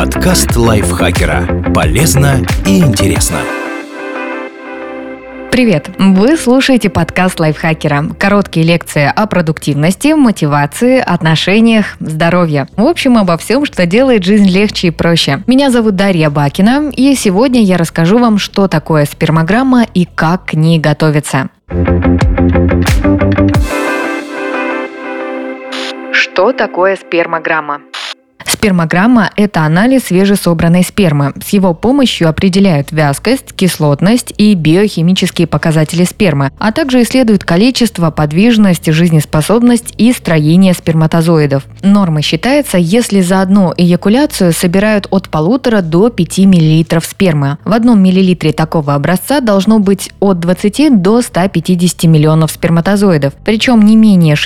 Подкаст лайфхакера. Полезно и интересно. Привет! Вы слушаете подкаст лайфхакера. Короткие лекции о продуктивности, мотивации, отношениях, здоровье. В общем, обо всем, что делает жизнь легче и проще. Меня зовут Дарья Бакина, и сегодня я расскажу вам, что такое спермограмма и как к ней готовиться. Что такое спермограмма? Спермограмма – это анализ свежесобранной спермы. С его помощью определяют вязкость, кислотность и биохимические показатели спермы, а также исследуют количество, подвижность, жизнеспособность и строение сперматозоидов. Нормой считается, если за одну эякуляцию собирают от 1,5 до 5 мл спермы. В 1 мл такого образца должно быть от 20 до 150 миллионов сперматозоидов, причем не менее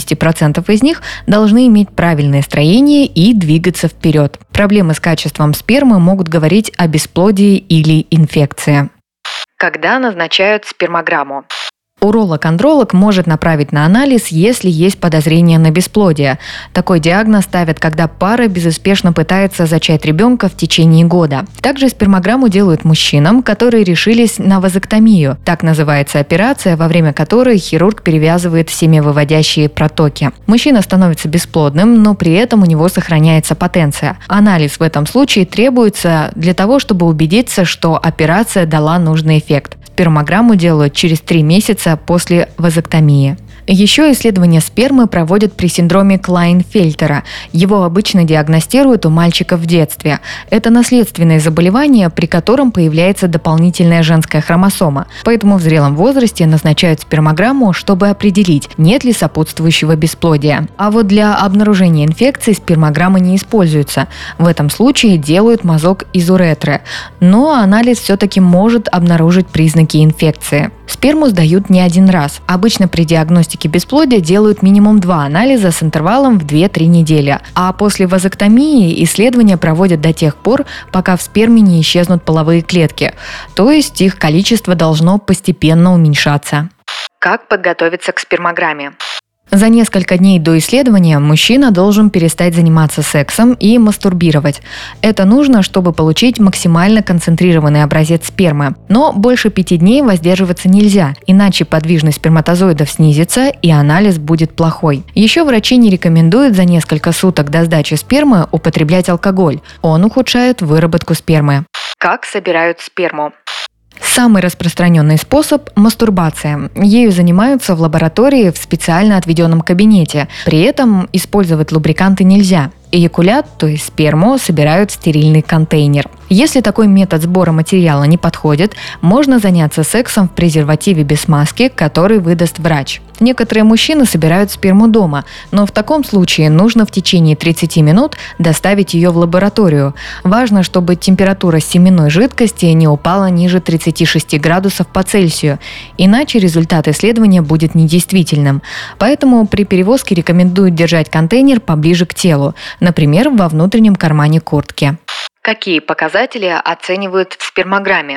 60% из них должны иметь правильное строение и двигаться вперед. Проблемы с качеством спермы могут говорить о бесплодии или инфекции. Когда назначают спермограмму? Уролог-андролог может направить на анализ, если есть подозрение на бесплодие. Такой диагноз ставят, когда пара безуспешно пытается зачать ребенка в течение года. Также спермограмму делают мужчинам, которые решились на вазэктомию. Так называется операция, во время которой хирург перевязывает семявыводящие протоки. Мужчина становится бесплодным, но при этом у него сохраняется потенция. Анализ в этом случае требуется для того, чтобы убедиться, что операция дала нужный эффект. Спермограмму делают через 3 месяца после вазэктомии. Еще исследования спермы проводят при синдроме Клайнфельтера. Его обычно диагностируют у мальчиков в детстве. Это наследственное заболевание, при котором появляется дополнительная женская хромосома. Поэтому в зрелом возрасте назначают спермограмму, чтобы определить, нет ли сопутствующего бесплодия. А вот для обнаружения инфекции спермограмма не используется. В этом случае делают мазок из уретры. Но анализ все-таки может обнаружить признаки инфекции. Сперму сдают не один раз. Обычно при диагностике бесплодия делают минимум 2 анализа с интервалом в 2-3 недели. А после вазэктомии исследования проводят до тех пор, пока в сперме не исчезнут половые клетки. То есть их количество должно постепенно уменьшаться. Как подготовиться к спермограмме? За несколько дней до исследования мужчина должен перестать заниматься сексом и мастурбировать. Это нужно, чтобы получить максимально концентрированный образец спермы. Но больше 5 дней воздерживаться нельзя, иначе подвижность сперматозоидов снизится и анализ будет плохой. Еще врачи не рекомендуют за несколько суток до сдачи спермы употреблять алкоголь. Он ухудшает выработку спермы. Как собирают сперму? Самый распространенный способ – мастурбация. Ею занимаются в лаборатории в специально отведенном кабинете. При этом использовать лубриканты нельзя. Эякулят, то есть сперму, собирают в стерильный контейнер. Если такой метод сбора материала не подходит, можно заняться сексом в презервативе без смазки, который выдаст врач. Некоторые мужчины собирают сперму дома, но в таком случае нужно в течение 30 минут доставить ее в лабораторию. Важно, чтобы температура семенной жидкости не упала ниже 36 градусов по Цельсию, иначе результат исследования будет недействительным. Поэтому при перевозке рекомендуют держать контейнер поближе к телу, например, во внутреннем кармане куртки. Какие показатели оценивают в спермограмме?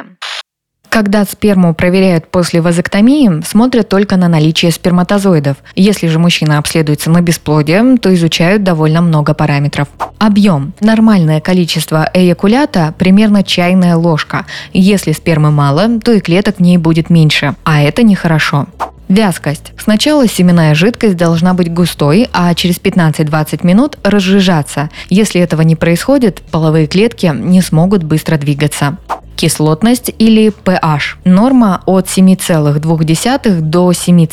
Когда сперму проверяют после вазэктомии, смотрят только на наличие сперматозоидов. Если же мужчина обследуется на бесплодие, то изучают довольно много параметров. Объем. Нормальное количество эякулята – примерно чайная ложка. Если спермы мало, то и клеток в ней будет меньше, а это нехорошо. Вязкость. Сначала семенная жидкость должна быть густой, а через 15-20 минут разжижаться. Если этого не происходит, половые клетки не смогут быстро двигаться. Кислотность или pH. Норма от 7,2 до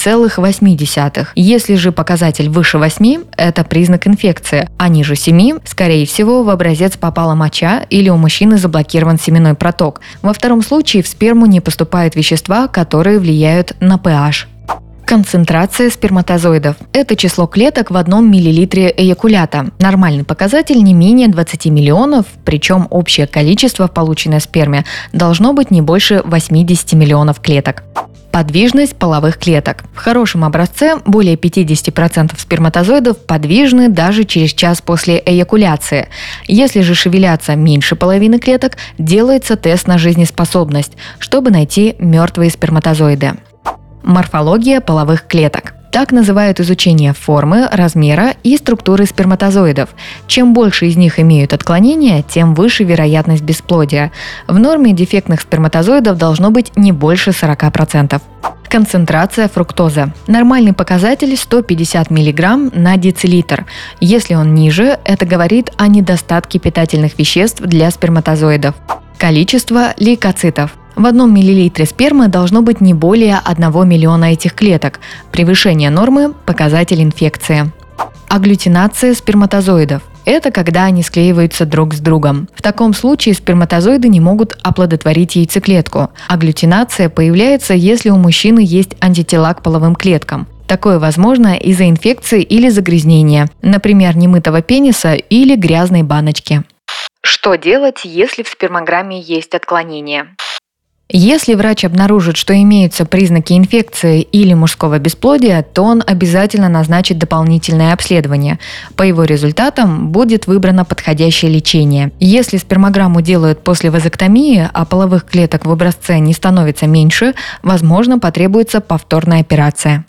7,8. Если же показатель выше 8, это признак инфекции, а ниже 7, скорее всего, в образец попала моча или у мужчины заблокирован семенной проток. Во втором случае в сперму не поступают вещества, которые влияют на pH. Концентрация сперматозоидов – это число клеток в 1 мл эякулята. Нормальный показатель не менее 20 миллионов, причем общее количество в полученной сперме должно быть не больше 80 миллионов клеток. Подвижность половых клеток. В хорошем образце более 50% сперматозоидов подвижны даже через час после эякуляции. Если же шевелятся меньше половины клеток, делается тест на жизнеспособность, чтобы найти мертвые сперматозоиды. Морфология половых клеток. Так называют изучение формы, размера и структуры сперматозоидов. Чем больше из них имеют отклонения, тем выше вероятность бесплодия. В норме дефектных сперматозоидов должно быть не больше 40%. Концентрация фруктозы. Нормальный показатель 150 мг на децилитр. Если он ниже, это говорит о недостатке питательных веществ для сперматозоидов. Количество лейкоцитов. В 1 мл спермы должно быть не более 1 миллиона этих клеток. Превышение нормы – показатель инфекции. Агглютинация сперматозоидов. Это когда они склеиваются друг с другом. В таком случае сперматозоиды не могут оплодотворить яйцеклетку. Агглютинация появляется, если у мужчины есть антитела к половым клеткам. Такое возможно из-за инфекции или загрязнения, например, немытого пениса или грязной баночки. Что делать, если в спермограмме есть отклонения? Если врач обнаружит, что имеются признаки инфекции или мужского бесплодия, то он обязательно назначит дополнительное обследование. По его результатам будет выбрано подходящее лечение. Если спермограмму делают после вазэктомии, а половых клеток в образце не становится меньше, возможно, потребуется повторная операция.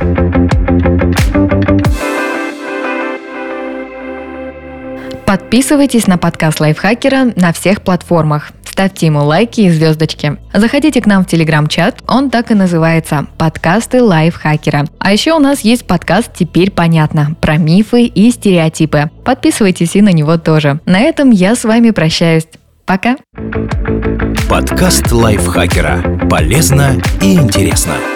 Подписывайтесь на подкаст Лайфхакера на всех платформах. Ставьте ему лайки и звездочки. Заходите к нам в телеграм-чат, он так и называется – «Подкасты Лайфхакера». А еще у нас есть подкаст «Теперь понятно» про мифы и стереотипы. Подписывайтесь и на него тоже. На этом я с вами прощаюсь. Пока! Подкаст Лайфхакера. Полезно и интересно.